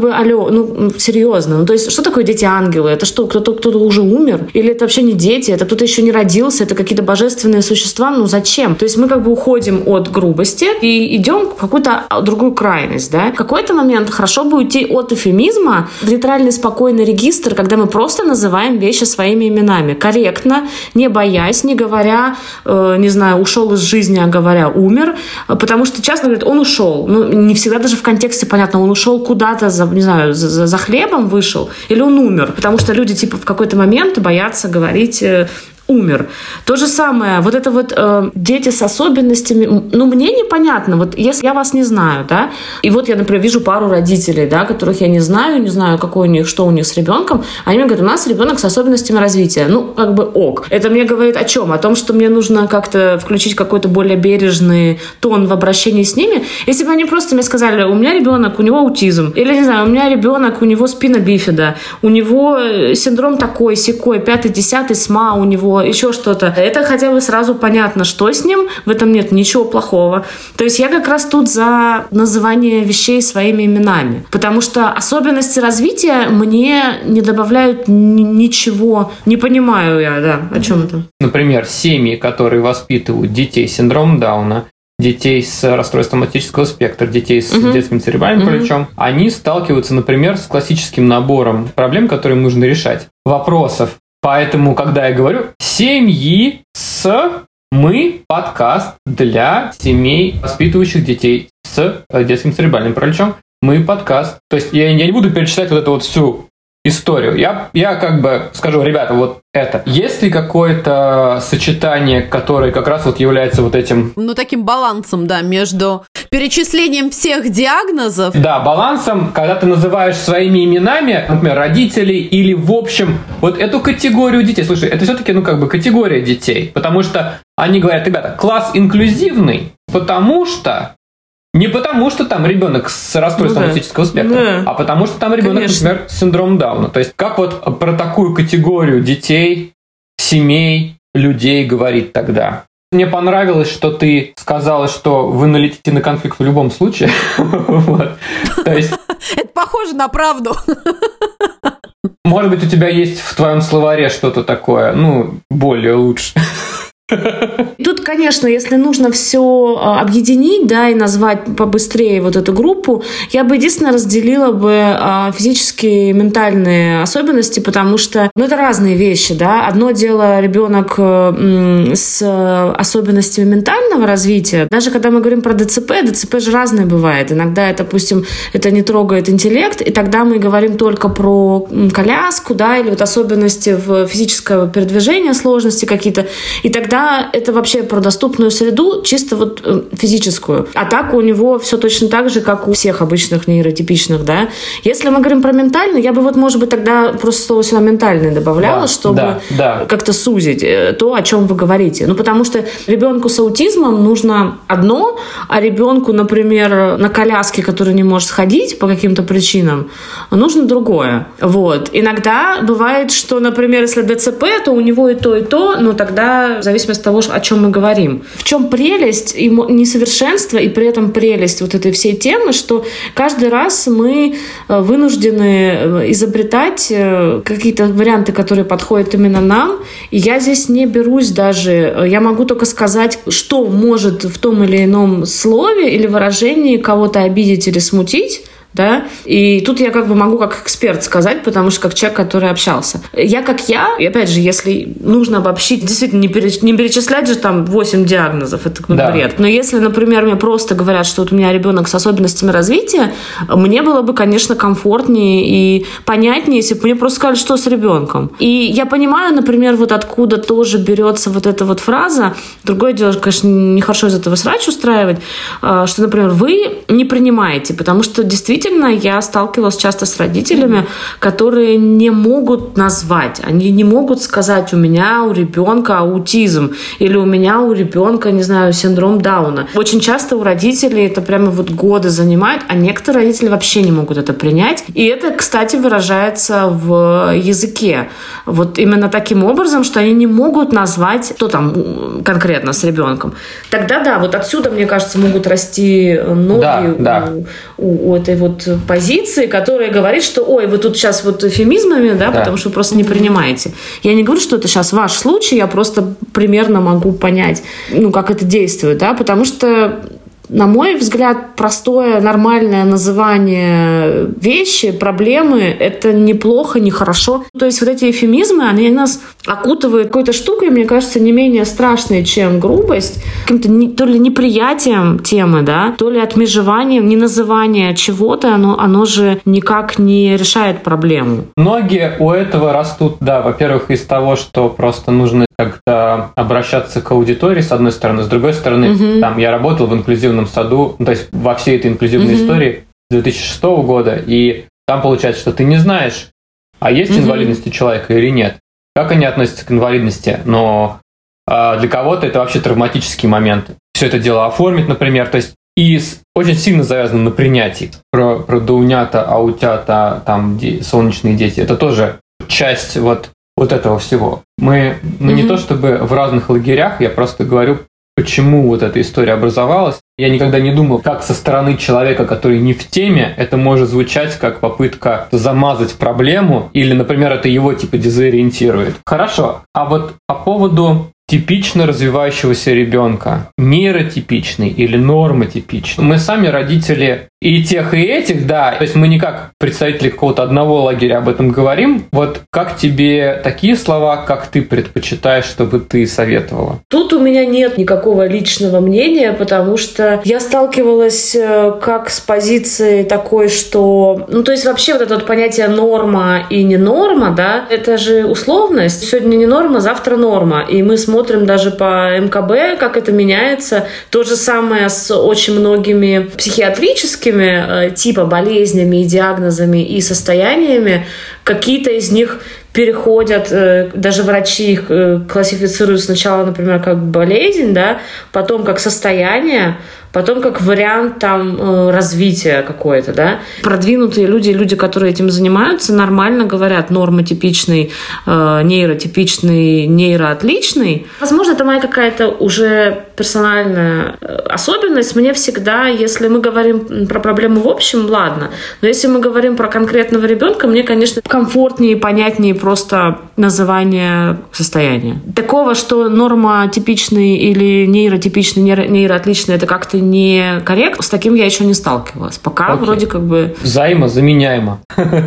Серьезно. То есть что такое дети-ангелы? Это что, кто-то уже умер? Или это вообще не дети? Это кто-то еще не родился? Это какие-то божественные существа? Зачем? То есть мы уходим от грубости и идем в какую-то другую крайность, да? В какой-то момент хорошо бы уйти от эвфемизма в нейтральный, спокойный регистр, когда мы просто называем вещи своими именами. Корректно, не боясь, не говоря, ушел из жизни, а говоря, умер. Потому что часто говорят, он ушел. Не всегда даже в контексте понятно, он ушел куда-то, за хлебом вышел, или он умер. Потому что люди в какой-то момент боятся говорить умер. То же самое, дети с особенностями, мне непонятно, если я вас не знаю, да, и я, например, вижу пару родителей, да, которых я не знаю, какой у них, что у них с ребенком, они мне говорят, у нас ребенок с особенностями развития. Ок. Это мне говорит о чем? О том, что мне нужно как-то включить какой-то более бережный тон в обращении с ними. Если бы они просто мне сказали, у меня ребенок, у него аутизм, или, не знаю, у меня ребенок, у него спина бифида, у него синдром такой, сякой, 5-10 СМА, у него еще что-то. Это хотя бы сразу понятно, что с ним, в этом нет ничего плохого. То есть я как раз тут за называние вещей своими именами. Потому что особенности развития мне не добавляют ничего. Не понимаю я, да, о чем это.
Например, семьи, которые воспитывают детей с синдромом Дауна, детей с расстройством аутического спектра, детей с детским церебральным параличом, они сталкиваются, например, с классическим набором проблем, которые им нужно решать. Вопросов. Поэтому, когда я говорю «семьи с», мы подкаст для семей, воспитывающих детей с детским церебральным параличом. Мы подкаст. То есть я не буду перечислять всю историю. Я скажу, ребята, это. Есть ли какое-то сочетание, которое как раз является этим...
таким балансом, да, между перечислением всех диагнозов.
Да, балансом, когда ты называешь своими именами, например, родителей или в общем эту категорию детей. Слушай, это все-таки, категория детей. Потому что они говорят, ребята, класс инклюзивный, не потому что там ребенок с расстройством аутического спектра, а потому что там ребенок, например, с синдромом Дауна. То есть как про такую категорию детей, семей, людей говорить тогда? Мне понравилось, что ты сказала, что вы налетите на конфликт в любом случае.
Это похоже на правду.
Может быть, у тебя есть в твоем словаре что-то такое, более лучше.
Тут, конечно, если нужно все объединить, да, и назвать побыстрее вот эту группу, я бы единственное разделила бы физические и ментальные особенности, потому что, это разные вещи, да. Одно дело ребенок с особенностями ментального развития. Даже когда мы говорим про ДЦП же разное бывает. Иногда, допустим, это не трогает интеллект, и тогда мы говорим только про коляску, да, или вот особенности в физического передвижения, сложности какие-то, и тогда это вообще про доступную среду, чисто вот физическую. А так у него все точно так же, как у всех обычных нейротипичных, да. Если мы говорим про ментальный, я бы может быть, тогда просто слово сюда ментальный добавляла, чтобы как-то сузить то, о чем вы говорите. Потому что ребенку с аутизмом нужно одно, а ребенку, например, на коляске, который не может сходить по каким-то причинам, нужно другое. Вот. Иногда бывает, что, например, если ДЦП, то у него и то, но тогда в зависимости от того, о чем мы говорим. В чем прелесть и несовершенство, и при этом прелесть вот этой всей темы, что каждый раз мы вынуждены изобретать какие-то варианты, которые подходят именно нам. И я здесь не берусь даже, я могу только сказать, что может в том или ином слове или выражении кого-то обидеть или смутить, да, и тут я могу как эксперт сказать, потому что как человек, который общался. Я, и опять же, если нужно обобщить, действительно, не перечислять же там 8 диагнозов, это бред. Но если, например, мне просто говорят, что вот у меня ребенок с особенностями развития, мне было бы, конечно, комфортнее и понятнее, если бы мне просто сказали, что с ребенком. И я понимаю, например, вот откуда тоже берется вот эта вот фраза. Другое дело, конечно, нехорошо из этого срач устраивать, что, например, вы не принимаете, потому что действительно я сталкивалась часто с родителями, которые не могут назвать, они не могут сказать, у меня у ребенка аутизм или у меня у ребенка, не знаю, синдром Дауна. Очень часто у родителей это прямо годы занимает, а некоторые родители вообще не могут это принять. И это, кстати, выражается в языке. Вот именно таким образом, что они не могут назвать, что там конкретно с ребенком. Тогда вот отсюда, мне кажется, могут расти ноги у этой позиции, которая говорит, что ой, вы тут сейчас эвфемизмами, да, потому что вы просто не принимаете. Я не говорю, что это сейчас ваш случай, я просто примерно могу понять, как это действует, да, потому что, на мой взгляд, простое, нормальное называние вещи, проблемы – это неплохо, не хорошо. То есть вот эти эвфемизмы, они нас окутывают какой-то штукой, мне кажется, не менее страшной, чем грубость, каким-то то ли неприятием темы, да, то ли отмежеванием, неназывание чего-то, оно же никак не решает проблему.
Многие у этого растут, во-первых, из того, что просто нужно как-то обращаться к аудитории, с одной стороны, с другой стороны, там я работал в инклюзивном саду, то есть во всей этой инклюзивной истории с 2006 года, и там получается, что ты не знаешь, а есть инвалидность у человека или нет, как они относятся к инвалидности, но для кого-то это вообще травматический момент. Все это дело оформить, например, то есть и очень сильно завязано на принятии. Про даунята, аутята, там солнечные дети, это тоже часть вот этого всего. Мы не то чтобы в разных лагерях, я просто говорю, почему вот эта история образовалась. Я никогда не думал, как со стороны человека, который не в теме, это может звучать как попытка замазать проблему, или, например, это его дезориентирует. Хорошо, а вот по поводу типично развивающегося ребенка, нейротипичный или нормотипичный. Мы сами родители и тех, и этих, да. То есть мы не как представители какого-то одного лагеря об этом говорим. Вот как тебе такие слова, как ты предпочитаешь, чтобы ты советовала?
Тут у меня нет никакого личного мнения, потому что я сталкивалась как с позицией такой, что... то есть вообще вот это понятие норма и не норма, да, это же условность. Сегодня не норма, завтра норма. И мы смотрим даже по МКБ, как это меняется. То же самое с очень многими психиатрическими типа болезнями и диагнозами и состояниями. Какие-то из них переходят, даже врачи их классифицируют сначала, например, как болезнь, да, потом как состояние, потом как вариант там развития какое-то, да. Продвинутые люди, которые этим занимаются, нормально говорят нормотипичный, нейротипичный, нейроотличный. Возможно, это моя какая-то уже персональная особенность. Мне всегда, если мы говорим про проблему в общем, ладно. Но если мы говорим про конкретного ребенка, мне, конечно, комфортнее и понятнее просто называние состояния. Такого, что нормотипичный или нейротипичный, нейроотличный, это как-то некорректно, с таким я еще не сталкивалась. Пока вроде как бы...
Взаимозаменяемо.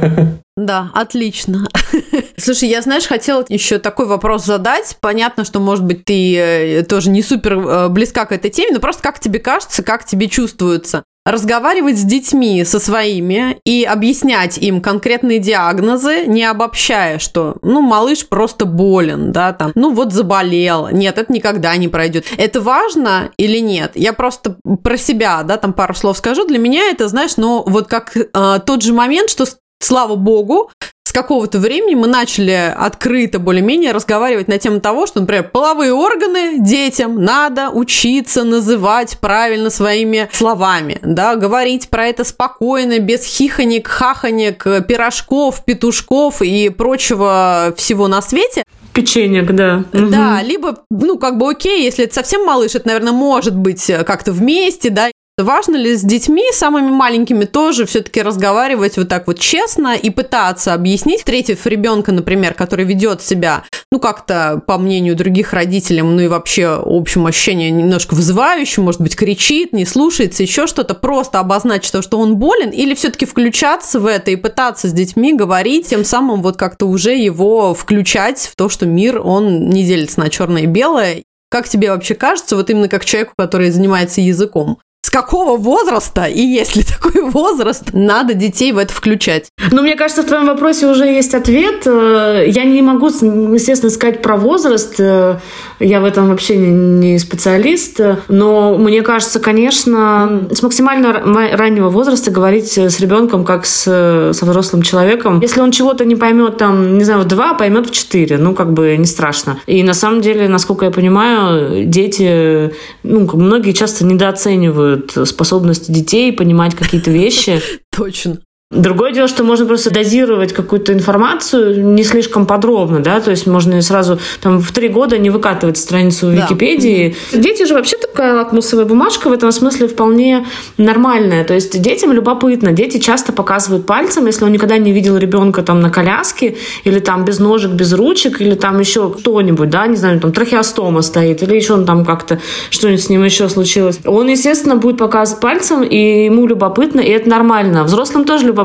Да, отлично. Слушай, я, знаешь, хотела еще такой вопрос задать. Понятно, что, может быть, ты тоже не супер близка к этой теме, но просто как тебе кажется, как тебе чувствуется? Разговаривать с детьми, со своими, и объяснять им конкретные диагнозы, не обобщая, что, малыш просто болен, да, там, вот заболел. Нет, это никогда не пройдет. Это важно или нет? Я просто про себя, да, там пару слов скажу. Для меня это, знаешь, вот как тот же момент, что, слава богу, с какого-то времени мы начали открыто более-менее разговаривать на тему того, что, например, половые органы детям надо учиться называть правильно своими словами, да, говорить про это спокойно, без хихонек, хахонек, пирожков, петушков и прочего всего на свете.
Печенек, да.
Да, либо, окей, если это совсем малыш, это, наверное, может быть как-то вместе, да. Важно ли с детьми, самыми маленькими, тоже все-таки разговаривать вот так вот честно и пытаться объяснить, встретив ребенка, например, который ведет себя, как-то, по мнению других родителей, и вообще общему ощущению немножко вызывающим, может быть, кричит, не слушается, еще что-то, просто обозначить то, что он болен, или все-таки включаться в это и пытаться с детьми говорить, тем самым вот как-то уже его включать в то, что мир, он не делится на черное и белое. Как тебе вообще кажется, вот именно как человеку, который занимается языком? С какого возраста, и есть ли такой возраст, надо детей в это включать?
Мне кажется, в твоем вопросе уже есть ответ. Я не могу, естественно, сказать про возраст. Я в этом вообще не специалист. Но мне кажется, конечно, с максимально раннего возраста говорить с ребенком как со взрослым человеком. Если он чего-то не поймет, в 2, поймет в 4. Не страшно. И на самом деле, насколько я понимаю, дети, многие часто недооценивают способности детей понимать какие-то вещи.
Точно.
Другое дело, что можно просто дозировать какую-то информацию не слишком подробно, да, то есть можно сразу в 3 года не выкатывать страницу в Википедии. Дети же вообще такая лакмусовая бумажка в этом смысле вполне нормальная, то есть детям любопытно, дети часто показывают пальцем, если он никогда не видел ребенка на коляске или без ножек, без ручек, или еще кто-нибудь, да, не знаю, трахеостома стоит, или еще он как-то что-нибудь с ним еще случилось. Он, естественно, будет показывать пальцем, и ему любопытно, и это нормально. Взрослым тоже любопытно,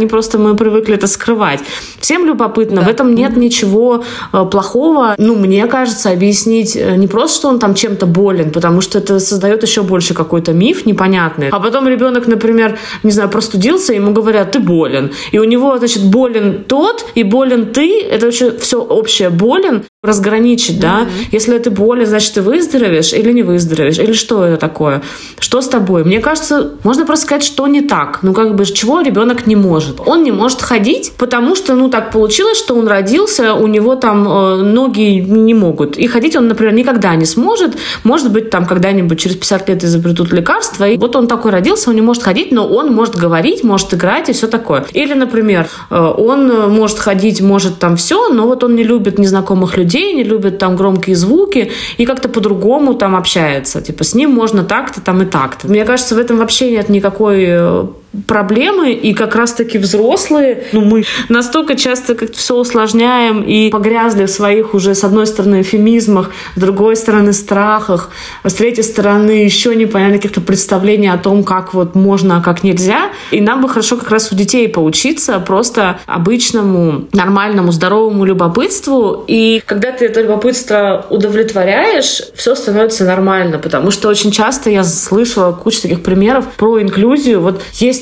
мы привыкли это скрывать. Всем любопытно, в этом нет ничего плохого. Мне кажется, объяснить не просто, что он чем-то болен, потому что это создает еще больше какой-то миф непонятный. А потом ребенок, например, простудился, ему говорят, ты болен. И у него, болен тот и болен ты. Это вообще все общее. Болен разграничить, да. Если ты болен, значит, ты выздоровеешь или не выздоровеешь. Или что это такое? Что с тобой? Мне кажется, можно просто сказать, что не так. Чего ребенок не может? Он не может ходить, потому что, так получилось, что он родился, у него ноги не могут. И ходить он, например, никогда не сможет. Может быть, когда-нибудь через 50 лет изобретут лекарства. И вот он такой родился, он не может ходить, но он может говорить, может играть и все такое. Или, например, он может ходить, может все, но вот он не любит незнакомых людей, не любит громкие звуки и как-то по-другому общается. С ним можно так-то и так-то. Мне кажется, в этом вообще нет никакой проблемы, и как раз-таки взрослые, мы настолько часто как-то все усложняем и погрязли в своих уже, с одной стороны, эвфемизмах, с другой стороны, страхах, с третьей стороны, еще непонятно каких-то представлений о том, как можно, а как нельзя. И нам бы хорошо как раз у детей поучиться просто обычному, нормальному, здоровому любопытству. И когда ты это любопытство удовлетворяешь, все становится нормально, потому что очень часто я слышала кучу таких примеров про инклюзию. Есть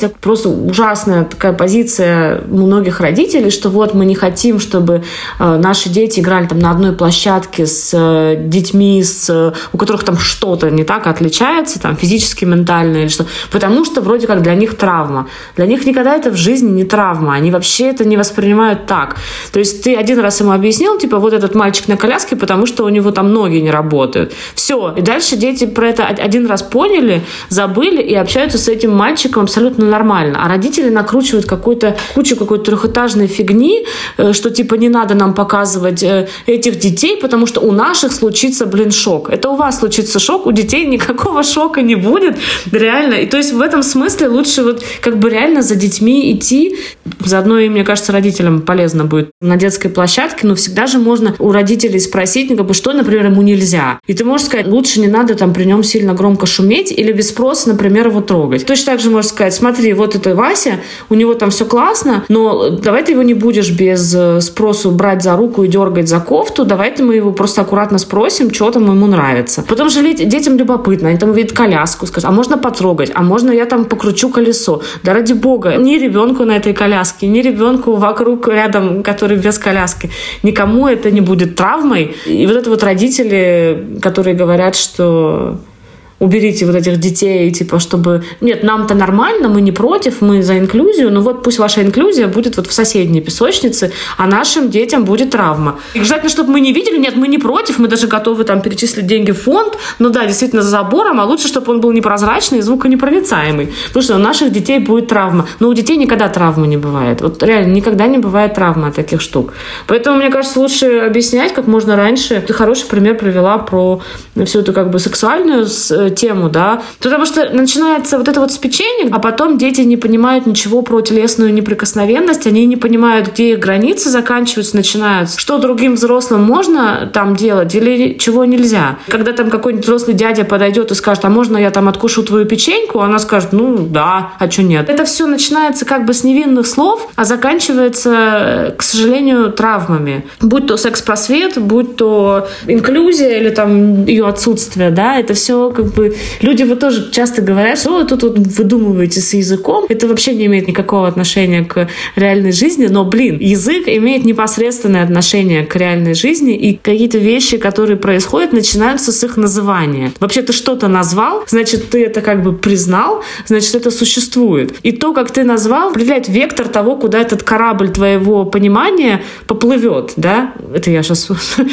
есть просто ужасная такая позиция многих родителей, что вот мы не хотим, чтобы наши дети играли там на одной площадке с детьми, у которых там что-то не так отличается, там физически, ментально или что, потому что вроде как для них травма. Для них никогда это в жизни не травма, они вообще это не воспринимают так. То есть ты один раз ему объяснил, типа, вот этот мальчик на коляске, потому что у него там ноги не работают. Все. И дальше дети про это один раз поняли, забыли и общаются с этим мальчиком абсолютно нормально. А родители накручивают кучу какой-то трехэтажной фигни, что типа не надо нам показывать этих детей, потому что у наших случится, шок. Это у вас случится шок, у детей никакого шока не будет. Реально. И то есть в этом смысле лучше вот как бы реально за детьми идти. Заодно и, мне кажется, родителям полезно будет на детской площадке, но всегда же можно у родителей спросить, как бы, что, например, ему нельзя. И ты можешь сказать, лучше не надо там при нем сильно громко шуметь или без спроса, например, его трогать. Точно так же можешь сказать, смотри, вот это Вася, у него там все классно, но давай ты его не будешь без спросу брать за руку и дергать за кофту, давай мы его просто аккуратно спросим, что там ему нравится. Потом же детям любопытно, они там видят коляску, скажут, а можно потрогать, а можно я там покручу колесо. Да ради бога, ни ребенку на этой коляске, ни ребенку вокруг, рядом, который без коляски, никому это не будет травмой. И вот это вот родители, которые говорят, что уберите вот этих детей, типа, чтобы... Нет, нам-то нормально, мы не против, мы за инклюзию, но вот пусть ваша инклюзия будет вот в соседней песочнице, а нашим детям будет травма. И желательно, чтобы мы не видели, нет, мы не против, мы даже готовы там перечислить деньги в фонд, но да, действительно за забором, а лучше, чтобы он был непрозрачный и звуконепроницаемый, потому что у наших детей будет травма. Но у детей никогда травмы не бывает. Вот реально, никогда не бывает травмы от таких штук. Поэтому, мне кажется, лучше объяснять как можно раньше. Ты хороший пример привела про всю эту как бы сексуальную тему, да, потому что начинается вот это вот с печенья, а потом дети не понимают ничего про телесную неприкосновенность, они не понимают, где их границы заканчиваются, начинаются, что другим взрослым можно там делать или чего нельзя. Когда там какой-нибудь взрослый дядя подойдет и скажет, а можно я там откушу твою печеньку, она скажет, ну да, а что нет. Это все начинается как бы с невинных слов, а заканчивается, к сожалению, травмами. Будь то секс-просвет, будь то инклюзия или там ее отсутствие, да, это все как бы люди вот тоже часто говорят, что вы тут вот выдумываете с языком. Это вообще не имеет никакого отношения к реальной жизни, но, язык имеет непосредственное отношение к реальной жизни, и какие-то вещи, которые происходят, начинаются с их называния. Вообще ты что-то назвал, значит, ты это как бы признал, значит, это существует. И то, как ты назвал, определяет вектор того, куда этот корабль твоего понимания поплывет, да? Это я сейчас...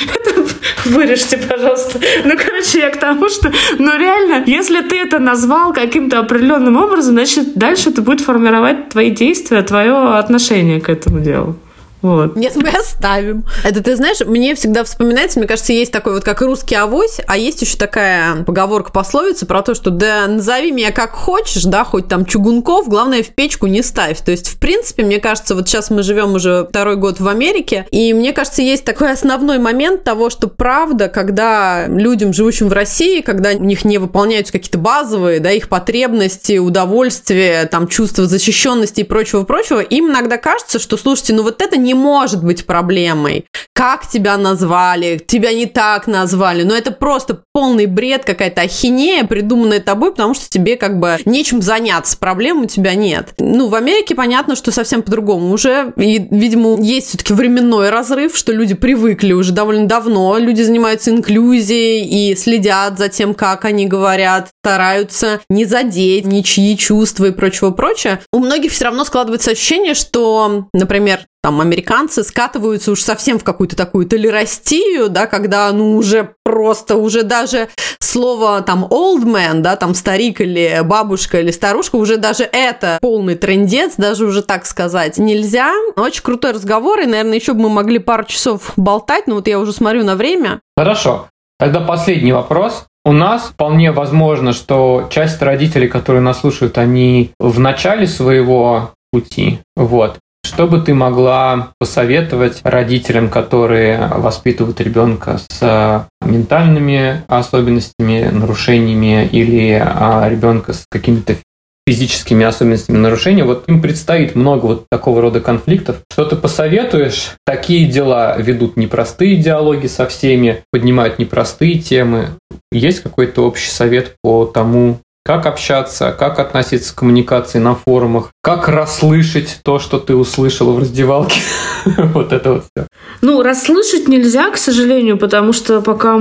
Вырежьте, пожалуйста. Я к тому, что, реально, если ты это назвал каким-то определенным образом, значит, дальше это будет формировать твои действия, твое отношение к этому делу. Вот.
Нет, мы оставим. Это, ты знаешь, мне всегда вспоминается, мне кажется, есть такой вот как русский авось, а есть еще такая поговорка-пословица про то, что да назови меня как хочешь, да, хоть там Чугунков, главное в печку не ставь. То есть, в принципе, мне кажется, вот сейчас мы живем уже 2-й год в Америке, и мне кажется, есть такой основной момент того, что правда, когда людям, живущим в России, когда у них не выполняются какие-то базовые, да, их потребности, удовольствия, там, чувство защищенности и прочего-прочего, им иногда кажется, что, слушайте, вот это не может быть проблемой. Как тебя назвали? Тебя не так назвали. Но это просто полный бред, какая-то ахинея, придуманная тобой, потому что тебе как бы нечем заняться. Проблем у тебя нет. В Америке понятно, что совсем по-другому уже. И, видимо, есть все-таки временной разрыв, что люди привыкли уже довольно давно. Люди занимаются инклюзией и следят за тем, как они говорят, стараются не задеть ничьи чувства и прочего-прочего. У многих все равно складывается ощущение, что, например, там американцы скатываются уж совсем в какую-то такую толерастию, да, когда, уже просто, уже даже слово там old man, да, там старик или бабушка или старушка, уже даже это полный трындец, даже уже так сказать нельзя. Очень крутой разговор, и, наверное, еще бы мы могли пару часов болтать, но вот я уже смотрю на время.
Хорошо. Тогда последний вопрос. У нас вполне возможно, что часть родителей, которые нас слушают, они в начале своего пути, вот. Что бы ты могла посоветовать родителям, которые воспитывают ребенка с ментальными особенностями, нарушениями или ребенка с какими-то физическими особенностями нарушения? Вот им предстоит много вот такого рода конфликтов. Что ты посоветуешь? Такие дела ведут непростые диалоги со всеми, поднимают непростые темы. Есть какой-то общий совет по тому, как общаться, как относиться к коммуникации на форумах, как расслышать то, что ты услышал в раздевалке. Вот это вот все.
Ну, расслышать нельзя, к сожалению, потому что пока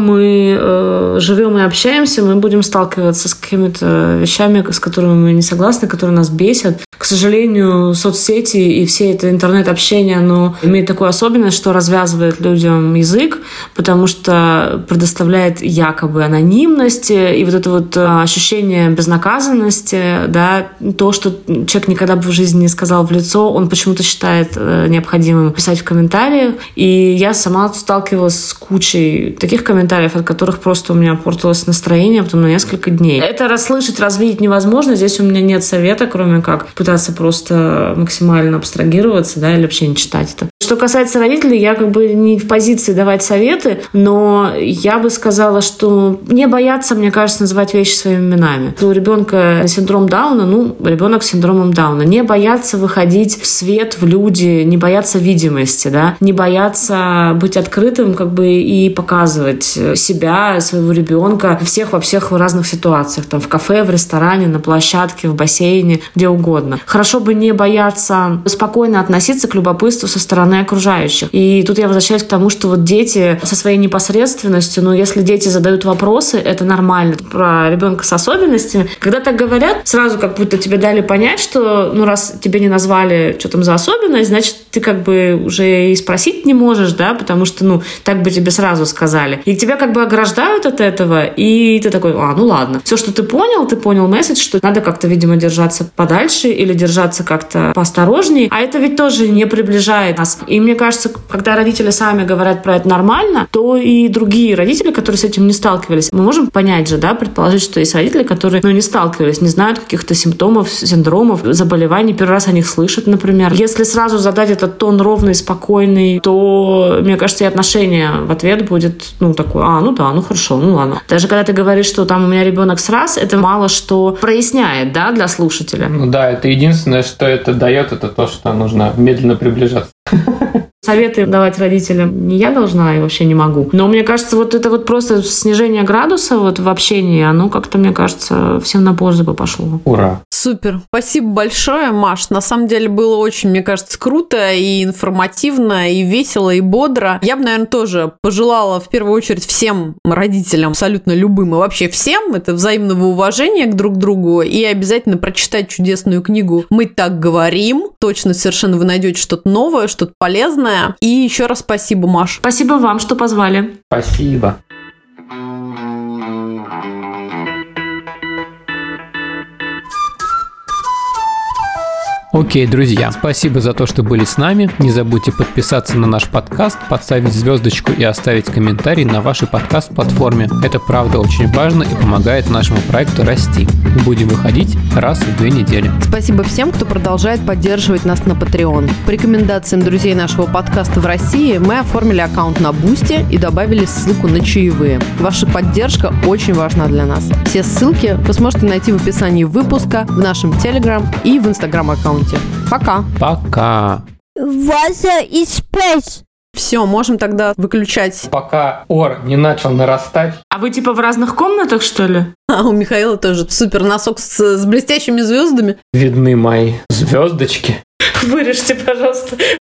мы живем и общаемся, мы будем сталкиваться с какими-то вещами, с которыми мы не согласны, которые нас бесят. К сожалению, соцсети и все это интернет-общение, оно имеет такую особенность, что развязывает людям язык, потому что предоставляет якобы анонимность и вот это вот ощущение безнаказанности, да, то, что человек никогда бы в жизни не сказал в лицо, он почему-то считает необходимым писать в комментариях. И я сама сталкивалась с кучей таких комментариев, от которых просто у меня портилось настроение потом на несколько дней. Это расслышать, развидеть невозможно. Здесь у меня нет совета, кроме как пытаться просто максимально абстрагироваться, да, или вообще не читать это. Что касается родителей, я как бы не в позиции давать советы, но я бы сказала, что не бояться, мне кажется, называть вещи своими именами. У ребенка синдром Дауна, ребенок с синдромом Дауна. Не бояться выходить в свет, в люди, не бояться видимости, да, не бояться быть открытым, как бы, и показывать себя, своего ребенка во всех разных ситуациях, там, в кафе, в ресторане, на площадке, в бассейне, где угодно. Хорошо бы не бояться спокойно относиться к любопытству со стороны окружающих. И тут я возвращаюсь к тому, что вот дети со своей непосредственностью, если дети задают вопросы, это нормально. Про ребенка с особенностями. Когда так говорят, сразу как будто тебе дали понять, что, раз тебе не назвали, что там за особенность, значит, ты как бы уже и спросить не можешь, да, потому что, так бы тебе сразу сказали. И тебя как бы ограждают от этого, и ты такой, ладно. Все, что ты понял месседж, что надо как-то, видимо, держаться подальше или держаться как-то поосторожнее. А это ведь тоже не приближает нас. И мне кажется, когда родители сами говорят про это нормально, то и другие родители, которые с этим не сталкивались, мы можем понять же, да, предположить, что есть родители, которые, не сталкивались, не знают каких-то симптомов, синдромов, заболеваний, первый раз о них слышат, например. Если сразу задать этот тон ровный, спокойный, то, мне кажется, и отношение в ответ будет, такое, хорошо, ладно. Даже когда ты говоришь, что там у меня ребенок с раз, это мало что проясняет, да, для слушателя.
Да, это единственное, что это дает, это то, что нужно медленно приближаться.
Советы давать родителям не я должна и вообще не могу. Но мне кажется, вот это вот просто снижение градуса вот в общении, оно как-то, мне кажется, всем на пользу бы пошло.
Ура!
Супер. Спасибо большое, Маш. На самом деле было очень, мне кажется, круто и информативно, и весело, и бодро. Я бы, наверное, тоже пожелала в первую очередь всем родителям, абсолютно любым и вообще всем, это взаимного уважения к друг другу, и обязательно прочитать чудесную книгу «Мы так говорим». Точно совершенно вы найдете что-то новое, что-то полезное. И еще раз спасибо, Маш.
Спасибо вам, что позвали.
Спасибо.
Окей, друзья, спасибо за то, что были с нами. Не забудьте подписаться на наш подкаст, поставить звездочку и оставить комментарий на вашей подкаст-платформе. Это правда очень важно и помогает нашему проекту расти. Мы будем выходить раз в 2 недели.
Спасибо всем, кто продолжает поддерживать нас на Patreon. По рекомендациям друзей нашего подкаста в России мы оформили аккаунт на Boosty и добавили ссылку на чаевые. Ваша поддержка очень важна для нас. Все ссылки вы сможете найти в описании выпуска, в нашем Telegram и в Instagram аккаунте. Пока.
Пока.
Water is space.
Все, можем тогда выключать.
Пока ор не начал нарастать.
А вы типа в разных комнатах, что ли?
А у Михаила тоже супер носок с блестящими звездами.
Видны мои звездочки.
Вырежьте, пожалуйста.